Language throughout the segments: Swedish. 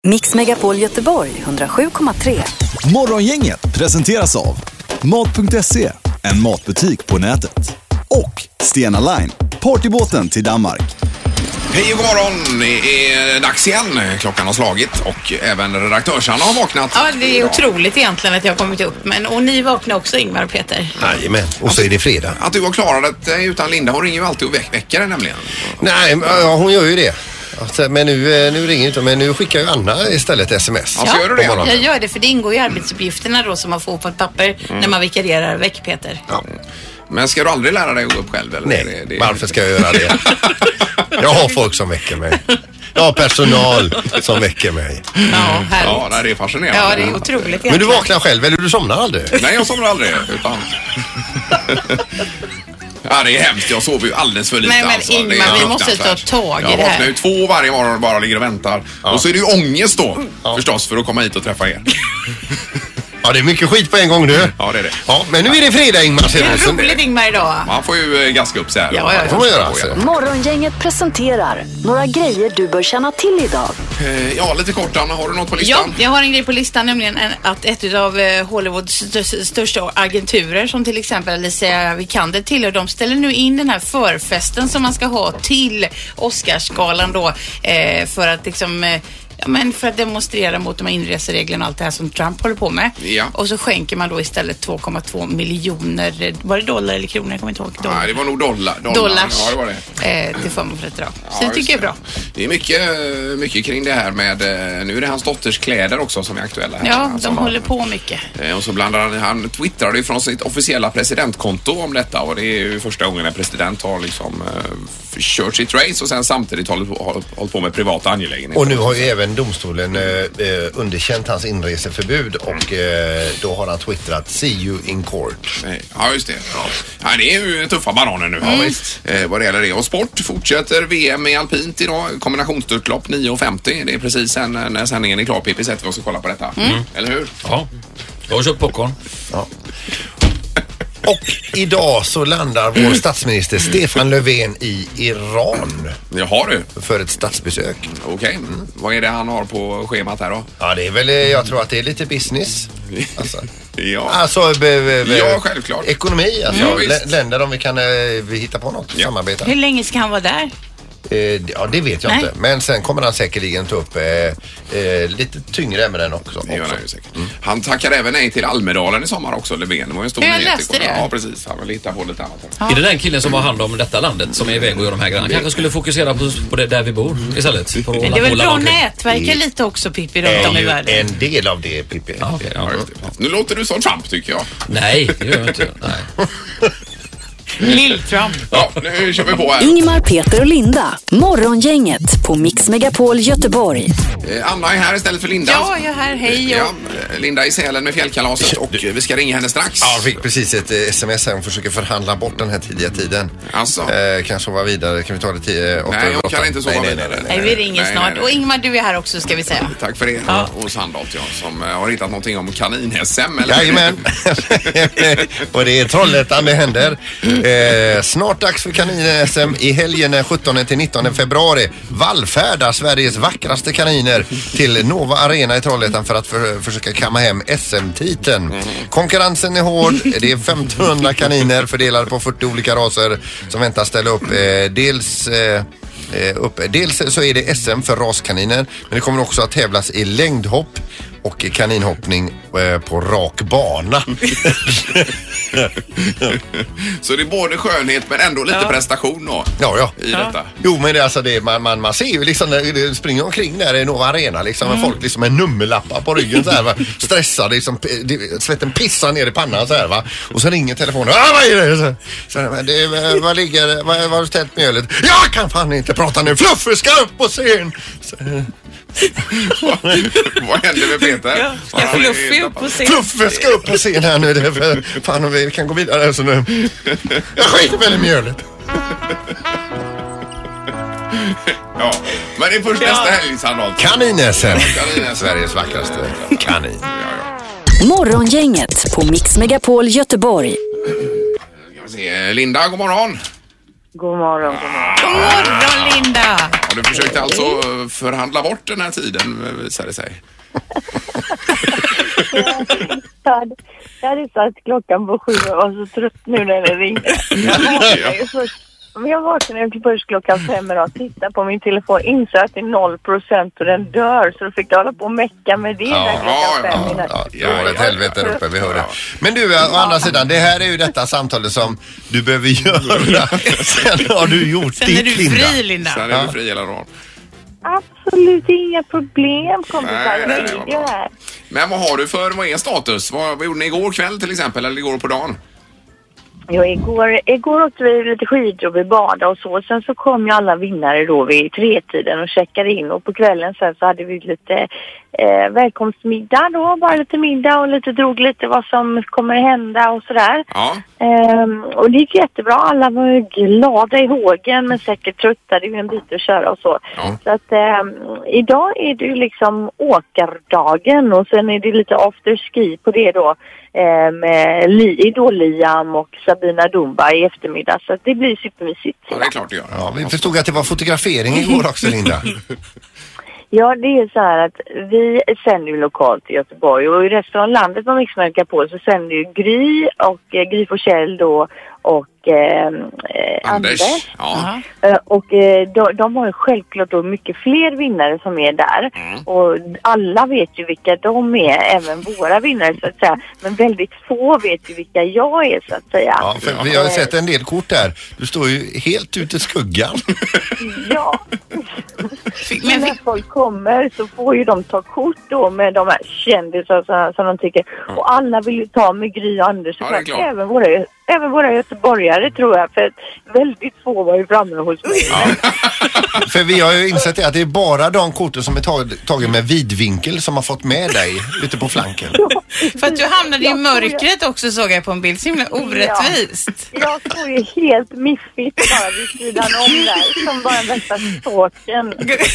Mix Megapol Göteborg 107,3. Morgongänget presenteras av Mat.se, en matbutik på nätet. Och Stena Line, partybåten till Danmark. Hej och god morgon, det är dags igen. Klockan har slagit och även redaktörsarna har vaknat. Ja, det är otroligt egentligen att jag har kommit upp. Och ni vaknar också, Ingmar och Peter. Jajamän, och så är det fredag. Att du har klarat det utan Linda, hon ringer ju alltid och väcker det nämligen. Nej, ja, hon gör ju det. Men nu ringer inte, men nu skickar ju Anna istället sms. Ja, så gör du det? Jag gör det, för det ingår i arbetsuppgifterna då som man får på ett papper när man vikarierar väck, Peter. Ja. Men ska du aldrig lära dig att gå upp själv? Eller? Nej, varför ska jag göra det? Jag har folk som väcker mig. Jag har personal som väcker mig. Ja, härligt. Ja, det är fascinerande. Ja, det är otroligt egentligen. Men du vaknar själv eller du somnar aldrig? Nej, jag somnar aldrig, utan... Ja, det är hemskt. Jag sover ju alldeles för lite. Men alltså. Ingmar, vi måste ta tag i det här. Jag vaknar ju 2 varje morgon och bara ligger och väntar. Ja. Och så är det ju ångest då, förstås, för att komma hit och träffa er. Ja, det är mycket skit på en gång du. Ja, det är det. Ja, men nu är det fredag, Ingmar. Det är roligt, Ingmar, idag. Man får ju gaska upp sig här. Ja, det får man göra. Alltså. Morgongänget presenterar några grejer du bör känna till idag. Ja, lite kort, Anna. Har du något på listan? Ja, jag har en grej på listan, nämligen att ett av Hollywoods största agenturer, som till exempel Alicia Vikander tillhör, de ställer nu in den här förfesten som man ska ha till Oscarsgalan då, för att liksom... Ja, men för att demonstrera mot de här inresereglerna och allt det här som Trump håller på med. Ja. Och så skänker man då istället 2,2 miljoner, var det dollar eller kronor? Jag kommer inte ihåg. Dollar. Nej, det var nog dollars. Ja, det var det. Till förmån för detta då. Så ja, det tycker jag är bra. Det är mycket kring det här med, nu är det hans dotters kläder också som är aktuella här. Ja, de håller på mycket. Och så blandar han twittrade från sitt officiella presidentkonto om detta, och det är ju första gången en president har liksom kört sitt race och sen samtidigt hållit på med privata angelägenheter. Och nu har ju även domstolen underkänt hans inreseförbud och då har han twittrat "See you in court". Ja, just det. Ja, det är ju tuffa bananer nu. Ja, visst. Vad det gäller det. Och sport fortsätter VM i alpint idag. Kombinationsstörtlopp 9.50. Det är precis sen när sändningen är klar. Pippi sätter vi oss och kollar på detta. Eller hur? Ja. Jag har köpt popcorn. Ja. Och idag så landar vår statsminister Stefan Löfven i Iran. Jaha du. För ett statsbesök. Okej. Vad är det han har på schemat här då? Ja, det är väl, jag tror att det är lite business. Alltså. Ja. Alltså, ja, självklart. Ekonomi, alltså. Länder om vi kan hitta på något samarbete. Hur länge ska han vara där? Ja, det vet jag inte. Men sen kommer han säkerligen ta upp lite tyngre ämnen också. Det gör han ju säkert. Han tackade även nej till Almedalen i sommar också, Löfven. Det var en stor nyhet. Jag läste det. Ja, precis. Han vill hitta på lite annat. Ja. Är det den killen som har hand om detta landet som är iväg och gör de här grejerna? Kanske skulle fokusera på det där vi bor istället. Det är väl bra att nätverka lite också, Pippi, runt om i världen. En del av det, Pippi. Ja, okay, ja. Nu låter du som Trump, tycker jag. Nej, det gör jag inte. Nej. Lill-Trump. Ja, nu kör vi på här. Ingmar, Peter och Linda. Morgongänget på Mix Megapol Göteborg. Anna är här istället för Linda. Ja, jag är här. Hej. Ja, Linda i Sälen med fjällkalaset och vi ska ringa henne strax. Ja, jag fick precis ett sms här. Hon försöker förhandla bort den här tidiga tiden. Alltså. Kan sova vidare. Kan vi ta det till 8? Nej, jag kan inte sova vidare. Nej, vi ringer snart. Nej. Och Ingmar, du är här också, ska vi säga. Tack för det. Ja. Och Sandholt, som har hittat någonting om kanin-SM. Jajamän. Och det är Trollhättan det händer. Snart dags för kanin-SM i helgen 17-19 februari. Vallfärdar Sveriges vackraste kaniner till Nova Arena i Trollhättan för att försöka kamma hem SM-titeln. Konkurrensen är hård. Det är 1500 kaniner fördelade på 40 olika raser som väntar ställa upp. Dels så är det SM för raskaniner, men det kommer också att tävlas i längdhopp och kaninhoppning på rak bana. Så det är både skönhet men ändå lite prestation då. Ja. I detta. Jo, men det är alltså det, man ser ju liksom det springer omkring där i Nova Arena liksom med folk liksom med nummerlappar på ryggen så här, va. Stressade liksom, svetten pissar ner i pannan så här, va. Och så ringer telefonen. Vad är det? Vad ligger, vad har du ställt mjölet? Jag kan fan inte prata nu. Fluffy ska upp på scen. Vad händer med Peter? Ska Fluffy upp på scen? Fluffy ska upp på scen här nu. Fan, vi kan gå vidare så nu. Jag skiter väl i mjölet. Ja, men det är först nästa helg, Sandholt. Kanin-SM. Sveriges vackraste kanin. Morgongänget på Mix Megapol Göteborg. Linda, god morgon. God morgon. God morgon, Linda! Har du försökt alltså förhandla bort den här tiden, visar det sig? Jag hade satt klockan på 7 och var så trött nu när det ringde. Jag vaknade först klockan 5 och tittade på min telefon, insåg att det är 0% och den dör, så då fick jag hålla på och mecka med det där klockan 5. Det var ett helvete där uppe, vi hörde. Men du, å andra sidan, det här är ju detta samtalet som du behöver göra. Sen har du gjort sen ditt, är du fri, Linda. Sen är du fri hela dagen. Absolut inga problem, kompisar. Nej, men vad har du vad är status? Vad gjorde ni igår kväll till exempel, eller igår på dagen? Ja, igår åkte vi lite skidor och vi badade och så. Sen så kom ju alla vinnare då vid 3-tiden och checkade in. Och på kvällen sen så hade vi lite välkomstmiddag då. Bara lite middag och drog lite vad som kommer hända och sådär. Ja. Och det gick jättebra. Alla var glada i hågen men säkert trötta. Det är ju en bit att köra och så. Ja. Så att idag är det ju liksom åkardagen och sen är det lite afterski på det då. Med Liam och Sabina Dumba i eftermiddag, så det blir supermysigt. Ja, det är klart det gör. Ja, vi förstod att det var fotografering igår också, Linda. Ja, det är så här att vi sänder ju lokalt i Göteborg och i resten av landet på Mix Megapol så sänder ju Gry Forssell då och Anders. Ja. Och de har ju självklart då mycket fler vinnare som är där. Och alla vet ju vilka de är, även våra vinnare så att säga. Men väldigt få vet ju vilka jag är så att säga. Ja, för vi har ju sett en del kort där. Du står ju helt ute i skuggan. Ja. Men när folk kommer så får ju de ta kort då med de här kändisar som de tycker. Och alla vill ju ta med Gry och Anders. Ja, det är klart. Även våra göteborgare tror jag, för väldigt få var ju framme hos mig. Ja. För vi har ju insett att det är bara de korten som är taget med vidvinkel som har fått med dig ute på flanken. För att du hamnade i mörkret också, såg jag på en bild, så himla orättvist. Jag står ju helt miffigt bara vid sidan om där, som bara den värsta stråken.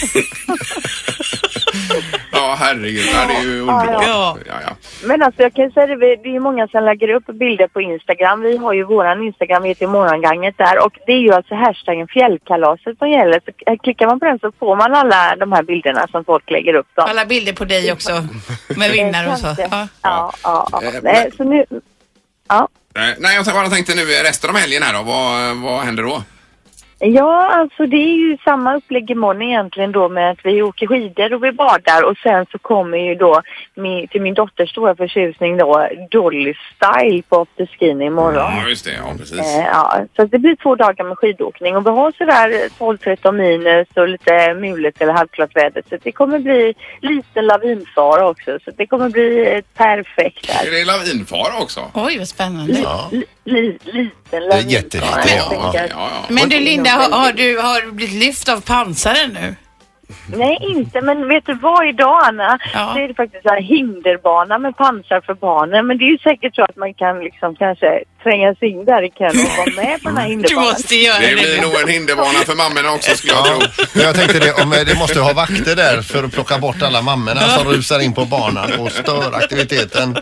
Ja, herregud. Ja, det är ju underbart. Ja. Ja. Men alltså jag kan säga det är ju många som lägger upp bilder på Instagram. Vi har ju våran Instagram, heter Morgonganget där. Och det är ju alltså hashtaggen fjällkalaset som gäller. Så klickar man på den så får man alla de här bilderna som folk lägger upp. Då. Alla bilder på dig också, med vinnare och så. Ja. Nej, så nu... Ja. Nej, jag bara tänkte nu resten av helgen här då. Vad händer då? Ja, alltså det är ju samma upplägg imorgon egentligen då med att vi åker skidor och vi badar och sen så kommer ju då till min dotters stora förtjusning då Dolly Style på afterskin imorgon. Ja, just det. Ja, precis. Ja, så det blir 2 dagar med skidåkning och vi har sådär 12-13 minus och lite mulet eller halvklart väder, så det kommer bli lite lavinfara också, så det kommer bli perfekt här. Är det lavinfara också? Oj, vad spännande. Ja. Liten Det är lavinfara. jättelite, Ja. Men du Linda, har du blivit lyft av pansaren nu? Nej, inte. Men vet du vad, idag Anna, så är det faktiskt en hinderbana med pansar för barnen. Men det är ju säkert så att man kan liksom kanske tränga sig in där i kön och vara med på den här hinderbanan. Du måste göra Det blir nog en hinderbana för mammorna också, skulle jag tro. Men jag tänkte det måste ha vakter där för att plocka bort alla mammorna som rusar in på banan och stör aktiviteten.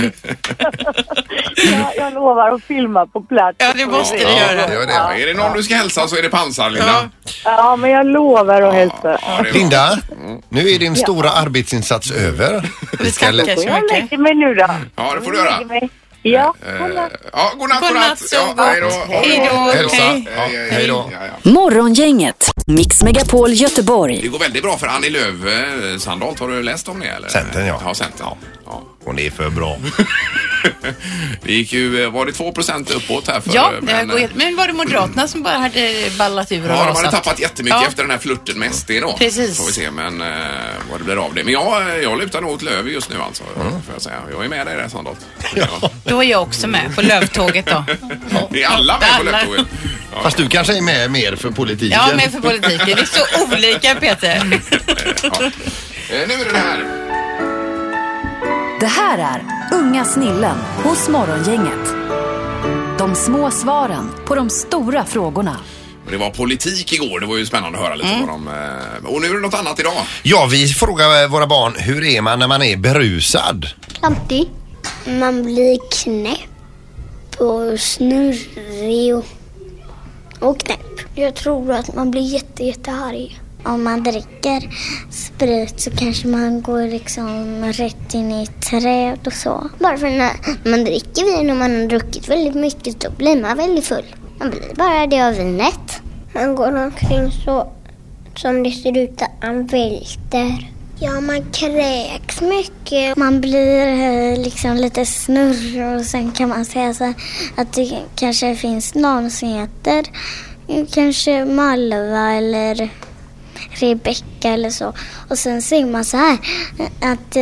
Jag lovar att filma på plats. Ja, det måste du göra. Gör det. Ja. Är det någon du ska hälsa så är det pansar, Linda. Ja, men jag lovar att hälsa. Ja, det är bra. Linda, nu är din stora arbetsinsats över. Vi tackar så Jag mycket. lägger mig nu då. Ja, det får du göra. Ja, Ja, godnatt. Godnatt, så Hej då. Hej då. Hälsa. Hej. Ja, hej då. Morgongänget, Mix Megapol Göteborg. Det går väldigt bra för Annie Lööf, Sandholt. Har du läst om det eller? Centern, ja. Ja, Centern. Ja. Hon är för bra. Det gick ju, var det 2% uppåt här för? Ja, det har gått. Men var det Moderaterna som bara hade ballat ur och Ja, de hade rasat? tappat jättemycket Ja. efter den här flirten med SD då. Precis. Får vi se, men vad det blir av det. Men jag lutar nog åt Lööf just nu alltså, får jag säga. Jag är med dig där, Sandholt. Ja. Då är jag också med på Lövtåget då. Det är alla med på Löftåget. Ja. Fast du kanske är med mer för politiken. Ja, med för politiken. Vi är så olika, Peter. Ja. Nu är det här. Det här är Unga snillen hos Morgongänget. De små svaren på de stora frågorna. Det var politik igår, det var ju spännande att höra lite vad de... Och nu är det något annat idag. Ja, vi frågar våra barn, hur är man när man är berusad? Klantig. Man blir knäpp och snurrig och och knäpp. Jag tror att man blir jättearg. Om man dricker sprit så kanske man går liksom rätt in i ett träd och så. Bara för när man dricker vin och man har druckit väldigt mycket då blir man väldigt full. Man blir bara det av vinet. Man går omkring så som det ser ut att man välter. Ja, man kräks mycket. Man blir liksom lite snurr och sen kan man säga så att det kanske finns någon som heter kanske Malva eller Rebecka eller så. Och sen säger man så här att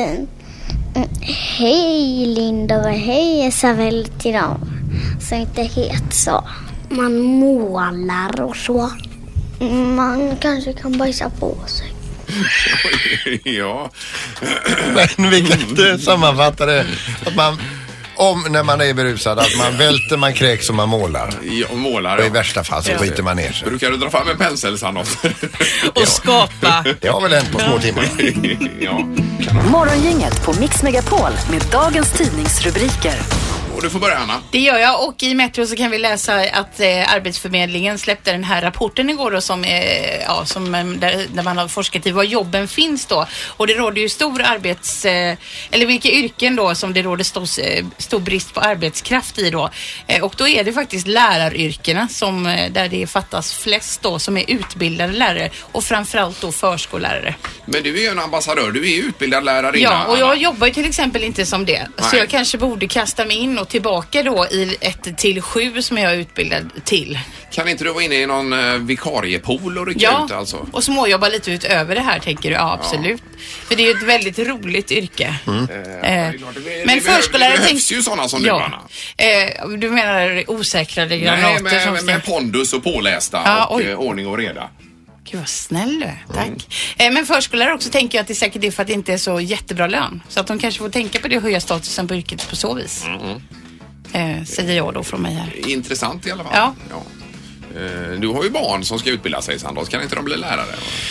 hej Linda och hej Isabel till dem. Så inte helt så. Man målar och så. Man kanske kan bajsa på sig. Ja. Men vi kan inte sammanfatta det. Att man, när man är berusad, att man välter, man kräks och man målar. Ja, målar. Och i värsta fall så skiter man ner sig. Brukar du dra fram en pensel, Sandholt? Och skapa. Det har väl hänt på små timmar. Ja. Morgongänget på Mix Megapol med dagens tidningsrubriker. Och du får börja, Anna. Det gör jag, och i Metro så kan vi läsa att Arbetsförmedlingen släppte den här rapporten igår då, som där man har forskat i var jobben finns då. Och det råder ju stor eller vilka yrken då som det råder stor brist på arbetskraft i då. Och då är det faktiskt läraryrkena som där det fattas flest då, som är utbildade lärare och framförallt då förskollärare. Men du är ju en ambassadör, du är utbildad lärarinna. Ja, och jag jobbar ju till exempel inte som det. Nej. Så jag kanske borde kasta mig in och tillbaka då i 1-7 som jag är utbildad till. Kan inte du vara inne i någon vikariepool och rycka ut alltså? Och småjobba lite utöver det här, tänker du? Ja, absolut. För det är ju ett väldigt roligt yrke. Men förskollärare behövs ju sådana som du, Anna. Du menar osäkrade granater? Nej, med pondus och pålästa och ordning och reda. Gud vad snäll du är. Tack. Men förskollärare också tänker jag att det är säkert det för att det inte är så jättebra lön. Så att de kanske får tänka på det och höja statusen på yrket på så vis. Säger jag då från mig här. Intressant i alla fall. Ja. Du har ju barn som ska utbilda sig, Sandholt. Kan inte de bli lärare?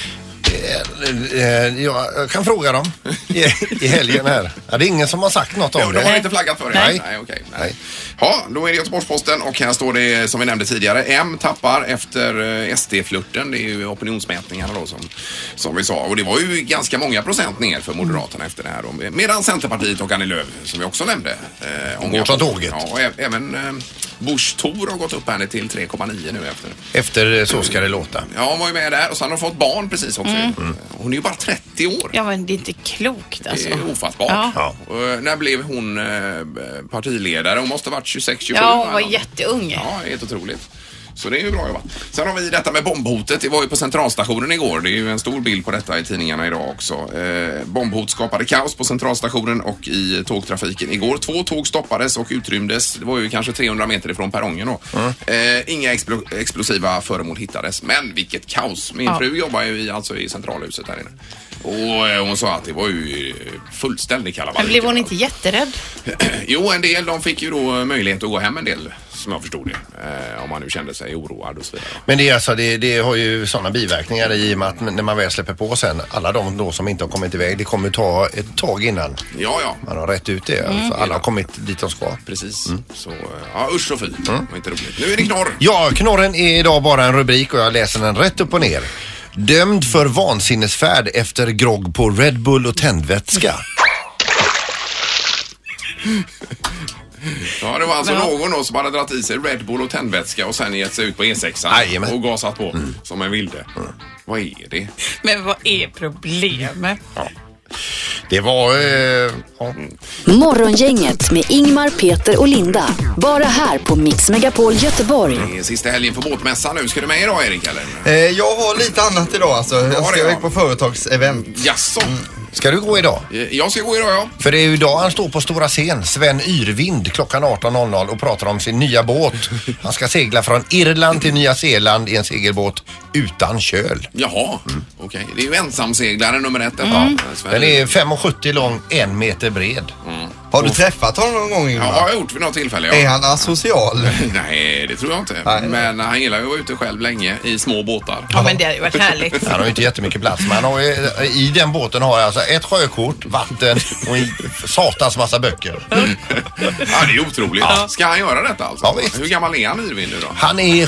Jag kan fråga dem i helgen här. Ja, det är ingen som har sagt något om det. De har inte flaggat för det? Nej. Nej. Ja, då är det Göteborgs-Posten och här står det som vi nämnde tidigare. M tappar efter SD-flirten. Det är ju opinionsmätningarna då som vi sa. Och det var ju ganska många procent ner för Moderaterna efter det här. Medan Centerpartiet och Annie Lööf, som vi också nämnde. Går ta tåget. Ja, och även Busch Thor har gått upp här till 3,9 nu efter Så ska det låta. Ja, hon var ju med där och sen har hon fått barn precis också. Hon är ju bara 30 år. Ja, men det är inte klokt alltså. Det är ofattbart. Ja. När blev hon partiledare? Hon måste ha varit 26-27. Ja, hon var jätteung. Ja, helt otroligt. Så det är ju bra jobbat. Sen har vi detta med bombhotet. Det var ju på centralstationen igår. Det är ju en stor bild på detta i tidningarna idag också. Bombhot skapade kaos på centralstationen och i tågtrafiken igår. 2 tåg stoppades och utrymdes. Det var ju kanske 300 meter ifrån perrongen då. Inga explosiva föremål hittades. Men vilket kaos. Min fru jobbar ju i centralhuset här inne. Och hon sa att det var ju fullständig kalabalik. Men blev hon inte jätterädd? Jo, en del. De fick ju då möjlighet att gå hem en del, som jag förstod det. Om man nu kände sig oroad och så vidare. Men det är alltså, det har ju sådana biverkningar i och med att när man väl släpper på sen, alla de då som inte har kommit iväg, det kommer ta ett tag innan man har rätt ut det. Alltså, alla har kommit dit de ska. Precis. Så, usch och fy. Det var inte roligt. Nu är det knorr. Ja, knorren är idag bara en rubrik och jag läser den rätt upp och ner. Dömd för vansinnesfärd efter grogg på Red Bull och tändvätska. Ja, det var alltså någon då som hade dratt i sig Red Bull och tändvätska och sen gett sig ut på E6 och gasat på som en vilde. Vad är det? Men vad är problemet? Ja. Det var... Morgongänget med Ingmar, Peter och Linda. Bara här på Mix Megapol Göteborg. Det är sista helgen för båtmässan nu. Ska du med idag, Erik, eller? Jag har lite annat idag alltså. Jag ska iväg på företagsevent. Jaså? Ska du gå idag? Jag ska gå idag, ja. För det är ju idag han står på stora scen, Sven Yrvind, klockan 18.00 och pratar om sin nya båt. Han ska segla från Irland till Nya Zeeland i en segelbåt utan köl. Jaha, okej. Det är ju ensamseglare nummer 1. Den är 5,70 lång, 1 meter bred. Har du träffat honom någon gång, Ingmar? Ja, jag har gjort vid något tillfälle. Ja. Är han asocial? Nej, det tror jag inte. Nej. Men han gillar ju att vara ute själv länge i små båtar. Ja, men det har ju varit härligt. Han har ju inte jättemycket plats, men han har ju, i den båten har jag alltså ett sjökort, vatten och satans massa böcker. Ja, det är otroligt. Ja. Ska han göra detta alltså? Ja, visst. Hur gammal är han, Irvin, nu då? Han är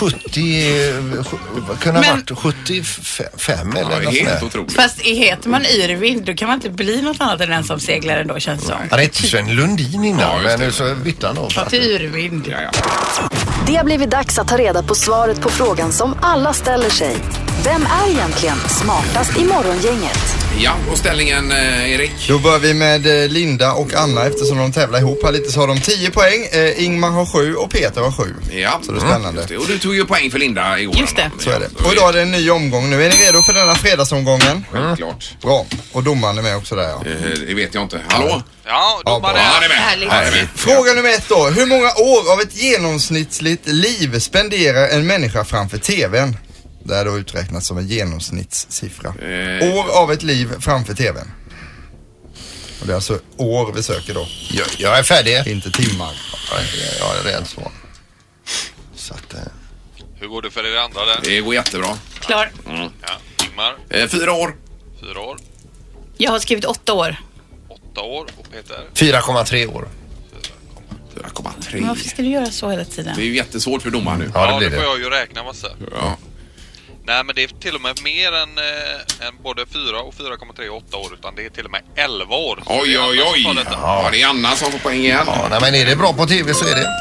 70, kunde ha varit 75 eller något helt sånt. otroligt. Fast heter man Irvin, då kan man inte bli något annat än ensamseglare då, känns som. Han hette Sven Lundin innan, Ja, just men det. nu så bytte han då. Till Irvin. Ja, ja. Det har blivit dags att ta reda på svaret på frågan som alla ställer sig. Vem är egentligen smartast i morgongänget? Ja, och ställningen, Erik? Då börjar vi med Linda och Anna eftersom de tävlar ihop här lite, så har de 10 poäng. Ingmar har 7 och Peter har 7. Ja, så det är spännande. Och du tog ju poäng för Linda igår. Just det. Så är det. Och idag är det en ny omgång. Nu är ni redo för denna fredagsomgången? Självklart. Bra. Och domaren är med också där, ja. Det vet jag inte. Hallå? Ja, domare. Ja, han är med. Härligt. Han är med. Fråga nummer 1 då. Hur många år av ett genomsnittligt liv spenderar en människa framför tvn? Det är då uträknat som en genomsnittssiffra. År av ett liv framför tvn. Och det är alltså år vi söker då. Jag är färdig. Inte timmar. Jag är redan svar. Så att, Hur går det för er andra där? Det går jättebra. Klar. Ja, Ingmar, 4 år. 4 år. Jag har skrivit 8 år. 8 år. Och Peter? 4,3 år. 4,3. Men varför ska du göra så hela tiden? Det är ju jättesvårt för domaren nu. Ja, det Ja, blir nu får det. jag ju räkna massa. Ja. Nej, men det är till och med mer än både 4 och 4,3 och 8 år, utan det är till och med 11 år. Så Oj, det är oj, Anna som oj. tar detta. Ja, det är Anna som får poäng igen. Ja, nej, men är det bra på tv så är det.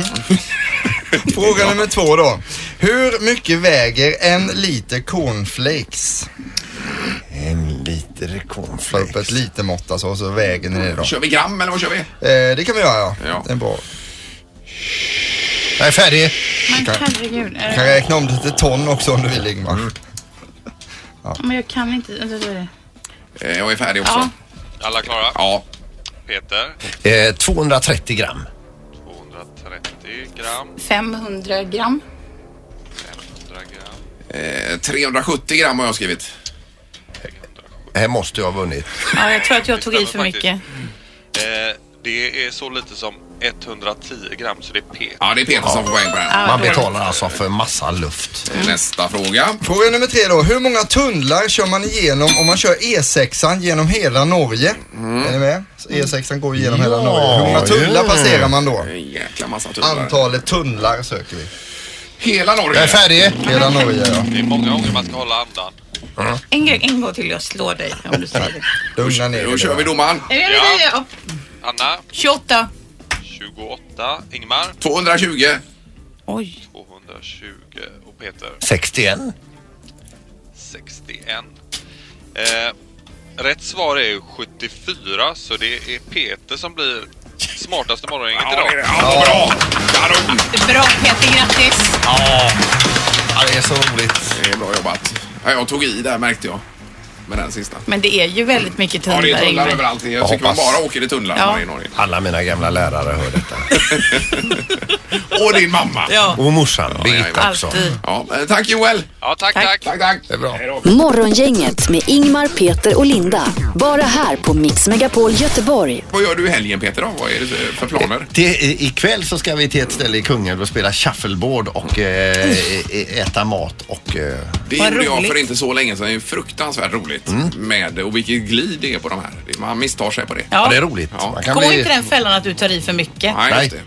Fråga nummer 2 då. Hur mycket väger en liter cornflakes? En liter Ta upp cornflakes. ett liter mått alltså, och så väger ni det då. Kör vi gram eller vad kör vi? Det kan vi göra, ja. Ja. Det är bra. Jag är färdig. Men herregud. Jag kan räkna om det till ton också om du vill, Ingmar. Men jag kan inte. Jag är färdig också. Ja. Alla klara? Ja. Peter? 230 gram. 230 gram. 500 gram. 500 gram. 370 gram har jag skrivit. Här måste jag ha vunnit. Ja, jag tror att jag tog i stämmer för faktiskt. mycket. Det är så lite som 110 gram, så det är Peter. Ja, det är Peter som får poäng på den. Ja, Man dåligt. betalar alltså för massa luft. Nästa fråga. Fråga nummer 3 då. Hur många tunnlar kör man igenom om man kör E6 genom hela Norge? Är ni med? Så E6 går igenom hela Norge. Hur många tunnlar passerar man då? En jäkla massa tunnlar. Antalet tunnlar söker vi. Hela Norge. Jag är färdig. Hela Norge, ja. Det är många gånger man ska hålla andan. En gång till jag slår dig om du säger det. Lugna ner Då dig kör då. vi domaren. Ja. Anna? 28. 28. Ingmar? 220. Oj. 220. Och Peter? 61. 61. Rätt svar är ju 74, så det är Peter som blir smartaste morgongänget idag. Ja, bra. Kanon. Bra Peter, grattis. Ja, det är så roligt. Det är bra jobbat. Ja, jag tog i där märkte jag. Med den sista. Men det är ju väldigt mycket Ja, det tunnlar. är tunnlar Ingmar. överallt. Jag tycker man bara åker i tunnlar när man är i Norge. Alla mina gamla lärare hör detta. Och din mamma. Ja, Och morsan, Birgitta också. alltid. Ja, tack Joel. Ja, tack. Tack. Det är bra. Hej då. Morgongänget med Ingmar, Peter och Linda. Bara här på Mix Megapol Göteborg. Vad gör du i helgen, Peter då? Vad är det för planer? Ikväll så ska vi till ett ställe i Kungälv och spela shuffleboard och äta mat och... Det Vad gjorde jag roligt. för inte så länge sedan. Det är fruktansvärt roligt med, och vilket glid det är på de här. Man misstar sig på det. Ja, Ja. det är roligt. Ja. Man kan Gå bli... inte den fällan att du tar i för mycket. Nej, just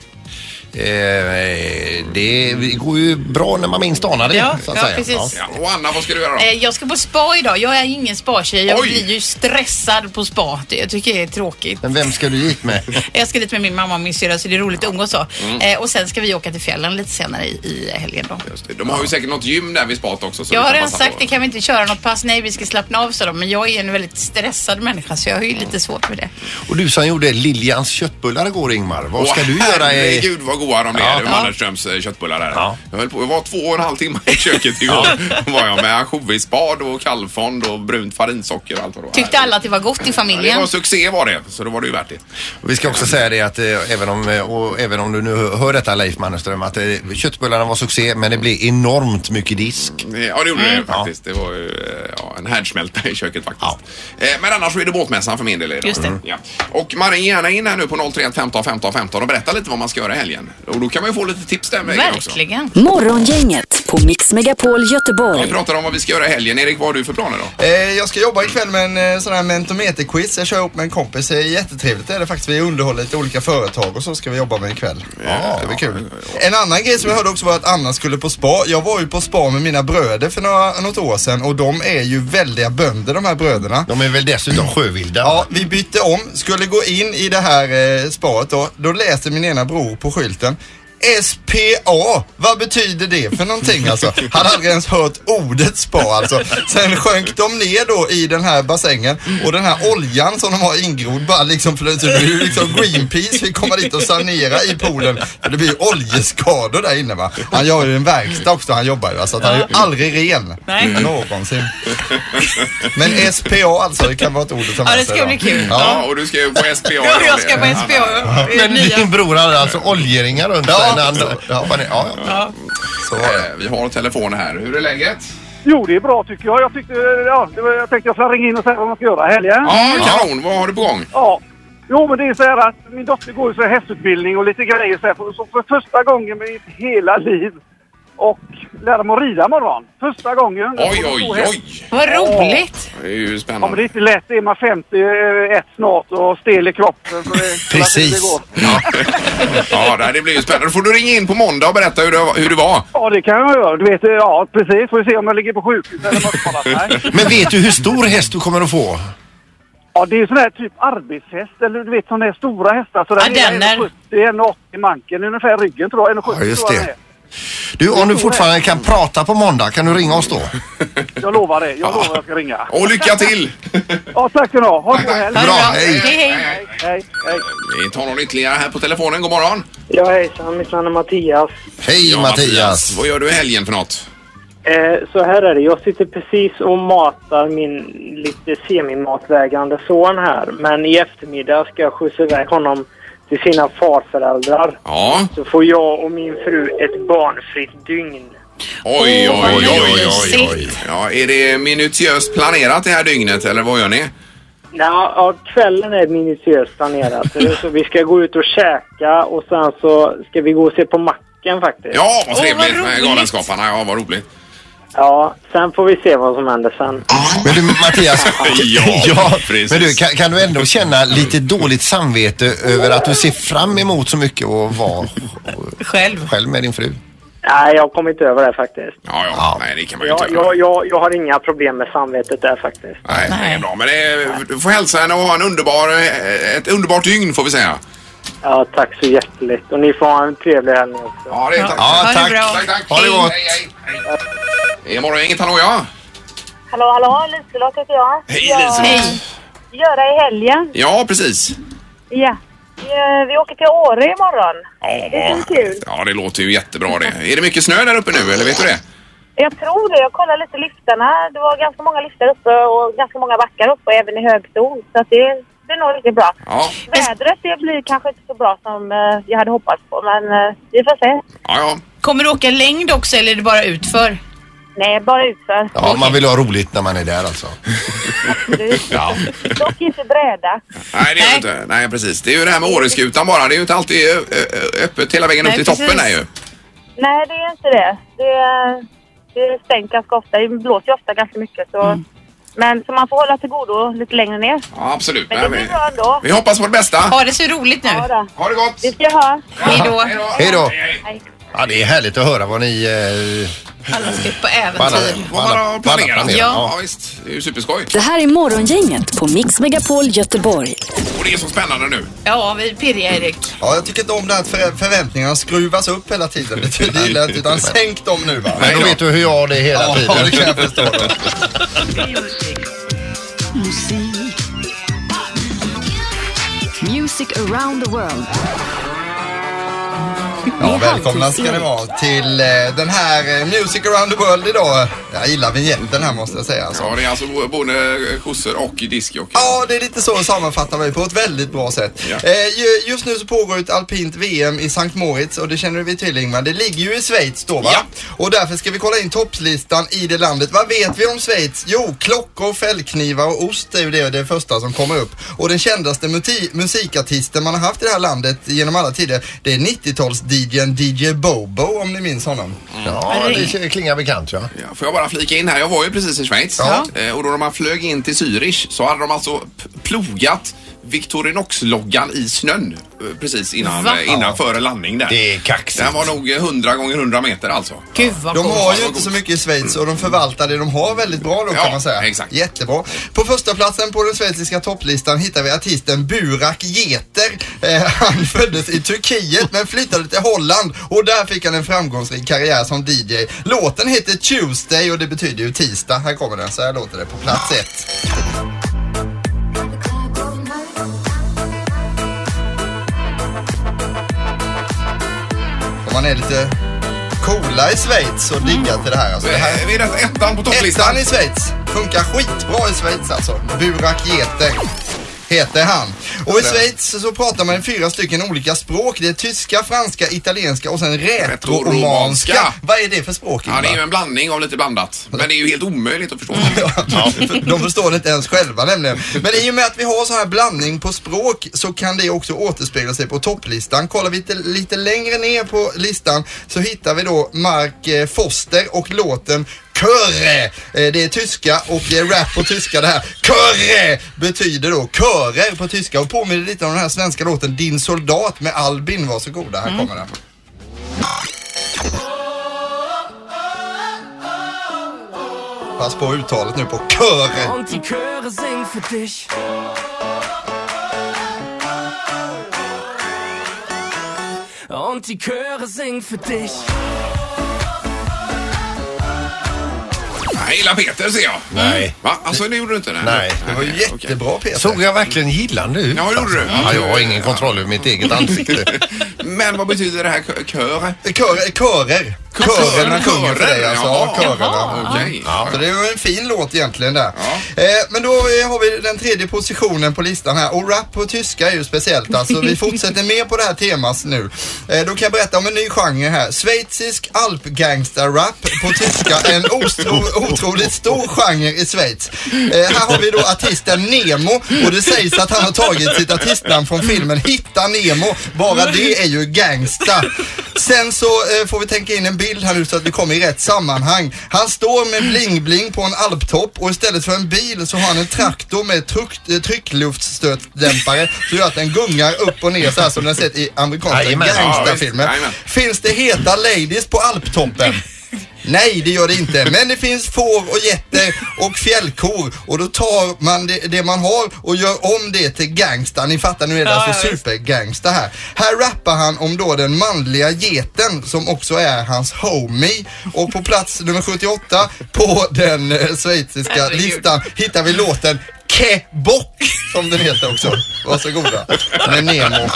Nej. Det går ju bra när man minst anar det, Ja, så att ja, säga. precis. Ja. Och Anna, vad ska du göra då? Jag ska på spa idag. Jag är ingen spa-tjej. Jag Oj. blir ju stressad på spa. Jag tycker det är tråkigt. Men vem ska du dit med? Jag ska dit med min mamma och min syrra, så det är roligt att umgås så. Och sen ska vi åka till fjällen lite senare i helgen då. Just det. De har ju säkert något gym där vid spat också. Så Jag vi har kan redan passa sagt på. det, kan vi inte köra något pass? Nej, vi ska slappna av, så då. Men jag är en väldigt stressad människa, så jag har ju lite svårt med det. Och du som gjorde Liljans köttbullar igår, Ingmar. Vad ska du göra? Herregud vad vad goda de är. Mannerströms köttbullar där. Ja. Jag var 2,5 timmar i köket igår. Var jag med ansjovisspad och kallfond och brunt farinsocker och allt vad det var. Tyckte alla att det var gott i familjen? Ja, det var succé var det, så då var det ju värt det. Och vi ska också säga det att även om du nu hör detta, Leif Mannerström, att köttbullarna var succé, men det blev enormt mycket disk. Ja, det gjorde det faktiskt. Det var ju en härdsmälta i köket faktiskt. Men annars så är det båtmässan för min del idag. Just det. Ja. Och Marie, gärna in här nu på 031 15 15 15 och berätta lite vad man ska göra i helgen. Och då kan man ju få lite tips där med. Verkligen. Också. Morgongänget på Mix Megapol Göteborg. Vi pratar om vad vi ska göra i helgen. Erik, vad har du för planer då? Jag ska jobba ikväll med en sån här mentometerquiz. Jag kör upp med en kompis. Det är jättetrevligt. Det är det faktiskt. Vi underhåller lite olika företag och så ska vi jobba med ikväll. Det blir kul. En annan grej som jag hörde också var att Anna skulle på spa. Jag var ju på spa med mina bröder för något år sedan och de är ju väldiga bönder, de här bröderna. De är väl dessutom sjövilda. Ja, vi bytte om. Skulle gå in i det här spaet då läste min ena bror på skylten SPA, vad betyder det för någonting alltså? Han hade aldrig ens hört ordet spa alltså. Sen sjönk de ner då i den här bassängen och den här oljan som de har ingrodd bara liksom flöt ut. Det är liksom Greenpeace fick komma dit och sanera i poolen för det blir ju oljeskador där inne va. Han gör ju en verkstad också, han jobbar ju så att han är ju aldrig ren. Någonsin. Men SPA alltså, det kan vara ett ord som ja, det ska bli kul. Ja, och du ska ju på SPA. Ja, jag ska på SPA. Men din bror hade alltså oljeringar runt sig. Så vi har telefon här. Hur är läget? Jo, det är bra tycker jag. Jag tänkte jag ska ringa in och säga vad man ska göra i helgen. Ja, kanon. Vad har du på gång? Ja. Jo, men det är så här att min dotter går ju så här hästutbildning och lite grejer så här. Så för första gången i mitt hela liv och lära mig att rida morgon. Första gången. Oj. Vad roligt. Det är ju spännande. Ja, men det är inte lätt. Det är man 51 snart och stel i kroppen. Så precis. Ja, det blir ju spännande. Då får du ringa in på måndag och berätta hur det var. Ja, det kan jag göra. Du vet, ja, precis. Får vi se om jag ligger på sjukhus eller vad. Men vet du hur stor häst du kommer att få? Ja, det är sån här typ arbetshäst. Eller du vet, sån här stora hästar. Så den är 1,80 manken. Ungefär ryggen tror jag. 1,70 ja, just det. Du, om du fortfarande kan prata på måndag, kan du ringa oss då? Jag lovar det. Jag lovar att jag ska ringa. Och lycka till! Ja, tack ska du ha. Ha en god helg. Bra, hej. Hej. Vi tar någon ytterligare här på telefonen. God morgon. Ja, hejsan. Mitt namn är Mattias. Hej Mattias. Vad gör du i helgen för något? Så här är det. Jag sitter precis och matar min lite semimatvägrande son här. Men i eftermiddag ska jag skjutsa iväg honom till sina farföräldrar. Ja. Så får jag och min fru ett barnfritt dygn. Oj. Ja, är det minutiöst planerat det här dygnet eller vad gör ni? Ja, kvällen är minutiöst planerat. Så vi ska gå ut och käka och sen så ska vi gå och se på macken faktiskt. Ja, vad trevligt med Galenskaparna. Ja, vad roligt. Ja, sen får vi se vad som händer sen. Men du Mattias, ja, precis. Men du, kan du ändå känna lite dåligt samvete över att du ser fram emot så mycket och vara själv med din fru? Nej, jag har kommit över det faktiskt. Ja. Nej, det kan man ju inte göra. Jag har inga problem med samvetet där faktiskt. Nej, det är bra. Men du får hälsa henne och ha ett underbart dygn får vi säga. Ja, tack så hjärtligt. Och ni får ha en trevlig helg också. Ja, det är tack. Ja, tack. Tack. Ha det gott. Hej. Imorgon inget hallå, ja. Hallå, Liselott heter jag. Hej, Liselott. Göra i helgen. Ja, precis. Ja. Vi åker till Åre imorgon. Ja, det är kul. Ja, det låter ju jättebra det. Är det mycket snö där uppe nu, eller vet du det? Jag tror det. Jag kollade lite liftarna. Det var ganska många liftar uppe och ganska många backar uppe och även i högzon. Så att det är nog riktigt bra. Ja. Vädret det blir kanske inte så bra som jag hade hoppats på, men vi får se. Ja. Kommer du åka längd också eller är det bara utför? Nej, bara utför. Ja, man vill ha roligt när man är där alltså. Absolut. Ja. Dock inte bräda. Nej, det är ju inte. Nej, precis. Det är ju det här med Åreskutan bara. Det är ju inte alltid öppet hela vägen upp till toppen där ju. Nej, det är inte det. Det är stängt ganska ofta. Det blåser ju ofta ganska mycket. Så. Men så man får hålla till godo lite längre ner. Ja, absolut. Men det blir bra ändå. Vi hoppas på det bästa. Ha det så roligt nu. Ja, ha det gott. Det ska jag ha. Hej då. Hej då. Hej. Ja, det är härligt att höra vad ni... Alla ska ut på äventyr. Vad man har planerat. Ja, visst. Det är ju superskoj. Det här är Morgongänget på Mix Megapol Göteborg. Och det är så spännande nu. Ja, vi pirrar Erik. Ja, jag tycker inte om det här att förväntningarna skruvas upp hela tiden. Det gillar jag inte, utan sänk dem nu va. Men då vet du hur jag har det hela tiden. Ja, det kan jag förstå då. Music around the world. Ja, välkomna ska ni vara till den här Music Around the World idag. Jag gillar vignetten här måste jag säga. Alltså. Ja, det är alltså både kossor och discjockey. Ja, det är lite så sammanfattar vi på ett väldigt bra sätt. Ja. Just nu så pågår ett alpint VM i Sankt Moritz och det känner vi till, Ingmar. Det ligger ju i Schweiz då, va? Ja. Och därför ska vi kolla in topplistan i det landet. Vad vet vi om Schweiz? Jo, klockor, fällknivar och ost är ju det första som kommer upp. Och den kändaste musikartisten man har haft i det här landet genom alla tider, det är 90-tals-DJn DJ Bobo, om ni minns honom. Ja, det klingar bekant, ja. Får jag bara flika in här? Jag var ju precis i Schweiz. Ja. Och då när man flög in till Zürich så hade de alltså plogat Victorinox-loggan i snön precis innan före landning där. Det är kaxigt. Den var nog 100 gånger 100 meter alltså. Gud vad de har ju inte så mycket i Schweiz och de förvaltar det de har väldigt bra då kan man säga. Exakt. Jättebra. På första platsen på den schweiziska topplistan hittar vi artisten Burak Yeter. Han föddes i Turkiet men flyttade till Holland och där fick han en framgångsrik karriär som DJ. Låten heter Tuesday och det betyder ju tisdag. Här kommer den, så här låter det på plats 1. Man är lite coola i Schweiz och diggar till det här. Alltså, det här är det ettan på topplistan. Ettan i Schweiz. Funkar skitbra i Schweiz alltså. Burak Yeter heter han. Och i Schweiz så pratar man 4 stycken olika språk. Det är tyska, franska, italienska och sen rätoromanska. Vad är det för språk? Ja, det är ju en blandning av lite blandat. Men det är ju helt omöjligt att förstå. Ja, de förstår det inte ens själva nämligen. Men i och med att vi har så här blandning på språk så kan det också återspegla sig på topplistan. Kollar vi lite längre ner på listan så hittar vi då Mark Foster och låten Köre. Det är tyska och det är rap på tyska det här. Köre betyder då körer på tyska och påminner lite om den här svenska låten Din soldat med Albin. Varsågoda, här kommer den. Pass på uttalet nu på köre. Und die Chöre singen för dich. Und die Chöre singen för dich. Jag gillar Peter, ser jag. Nej. Va? Alltså, det gjorde du inte? Nej. Det var ju jättebra, Peter. Såg jag verkligen gillande ut? Ja, gjorde du? Ja, jag har ingen kontroll över mitt eget ansikte. Men vad betyder det här körer? Körer. Körerna sjunger för dig alltså. Jaha. Körerna. Okej. Ja. Så det var en fin låt egentligen där. Men då har vi den tredje positionen på listan här. Och rap på tyska är ju speciellt. Alltså vi fortsätter med på det här temat nu. Då kan jag berätta om en ny genre här. Schweizisk alpgangster-rap på tyska. En otroligt stor genre i Schweiz. Här har vi då artisten Nemo. Och det sägs att han har tagit sitt artistnamn från filmen Hitta Nemo. Bara det är ju gangsta. Sen så får vi tänka in en bild här nu så att vi kommer i rätt sammanhang. Han står med bling-bling på en alptopp och istället för en bil så har han en traktor med tryckluftsstötdämpare så gör att den gungar upp och ner så här som den sett i amerikanska gangsterfilmer. Finns det heta ladies på alptoppen? Nej, det gör det inte. Men det finns får och getter och fjällkor. Och då tar man det man har och gör om det till gangsta. Ni fattar, nu är det alltså supergangsta här. Här rappar han om då den manliga geten som också är hans homie. Och på plats nummer 78 på den schweiziska listan hittar vi låten Kebock, som den heter också. Varsågoda. Med Nemo.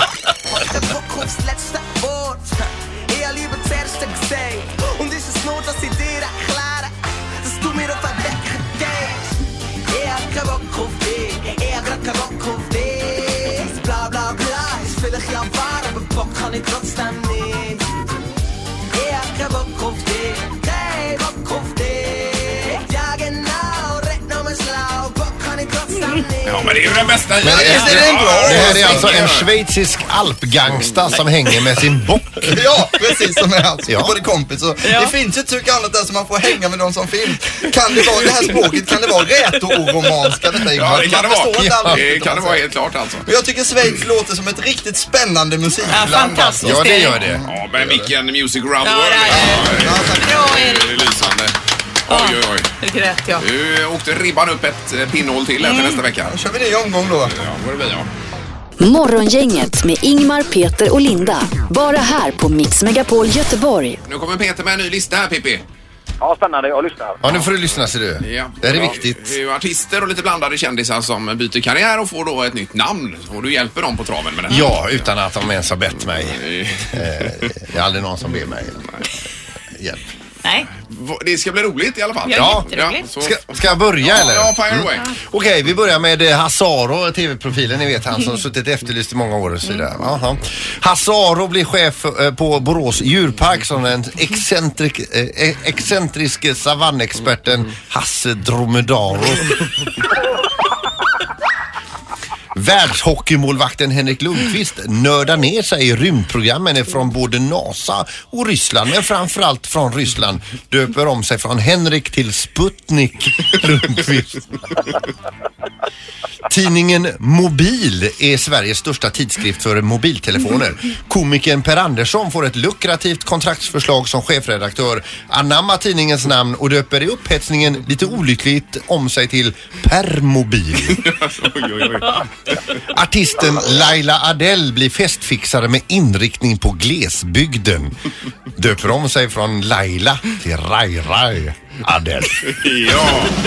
Ja, men det är ju den bästa. Men det här är alltså en schweizisk alpgangsta som hänger med sin bock. Ja, precis som är hans både kompis. Och det finns ju ett tyck annat där som man får hänga med de som finns. Kan det vara det här språket, kan det vara rätoromanska detta? Ja, det kan det vara. Det kan det vara helt klart alltså. Och jag tycker Schweiz låter som ett riktigt spännande musikland. Ja, fantastiskt. Ja, det gör det. Ja, men vilken music round Ja, var det? bra, Erik. Det är lysande. Oj. Det är rätt, ja. Nu åkte ribban upp ett pinnhål till för nästa vecka. Då kör vi det i omgång då. Ja, vad det blir, ja. Morgongänget med Ingmar, Peter och Linda. Bara här på Mix Megapol Göteborg. Nu kommer Peter med en ny lista här, Pippi. Ja, spännande. Jag lyssnar. Ja, nu får du lyssna, ser du. Ja. Det är viktigt. Det är ju artister och lite blandade kändisar som byter karriär och får då ett nytt namn. Och du hjälper dem på traven med det här. Ja, utan att de ens har bett mig. Det är aldrig någon som ber mig hjälp. Nej. Det ska bli roligt i alla fall. Ja, Ska jag börja eller? Ja, fire away. Okej, vi börjar med Hassaro, tv-profilen, ni vet han som suttit efterlyst i många år och så vidare. Hassaro blir chef på Borås djurpark som den excentriske savannexperten Hasse Dromedaro. Världshockeymålvakten Henrik Lundqvist nördar ner sig i rymdprogrammen från både NASA och Ryssland, men framförallt från Ryssland. Döper om sig från Henrik till Sputnik Lundqvist. Tidningen Mobil är Sveriges största tidskrift för mobiltelefoner. Komikern Per Andersson får ett lukrativt kontraktsförslag som chefredaktör, anammar tidningens namn och döper i upphetsningen lite olyckligt om sig till Permobil. Artisten Laila Adele blir festfixare med inriktning på glesbygden. Döper om sig från Laila till Rai Adele. Ja.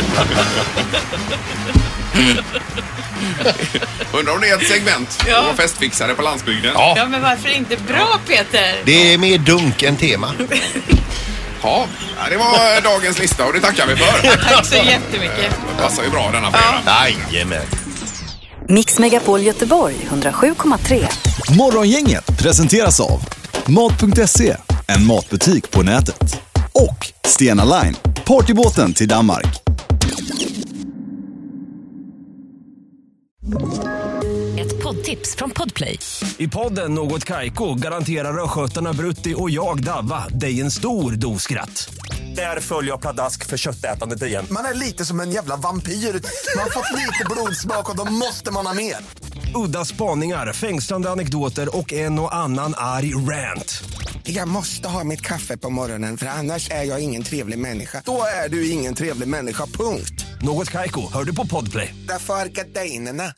Undrar om det är ett segment på festfixare på landsbygden. Ja, men varför inte bra, Peter? Det är mer dunk än tema. Ja, det var dagens lista och det tackar vi för. Tack så jättemycket. Det passar ju bra denna fredag. Jajamän. Mix Megapol Göteborg 107,3. Morgongänget presenteras av Mat.se, en matbutik på nätet. Och Stena Line, partybåten till Danmark. Ett poddtips från Podplay. I podden Något Kaiko garanterar röskötarna Brutti och jag Davva dig en stor doskratt. Där följer jag pladask för köttätandet igen. Man är lite som en jävla vampyr. Man har fått lite blodsmak och då måste man ha mer. Udda spaningar, fängslande anekdoter och en och annan arg rant. Jag måste ha mitt kaffe på morgonen för annars är jag ingen trevlig människa. Då är du ingen trevlig människa, punkt. Något Kaiko, hör du på Podplay. Därför är gardinerna.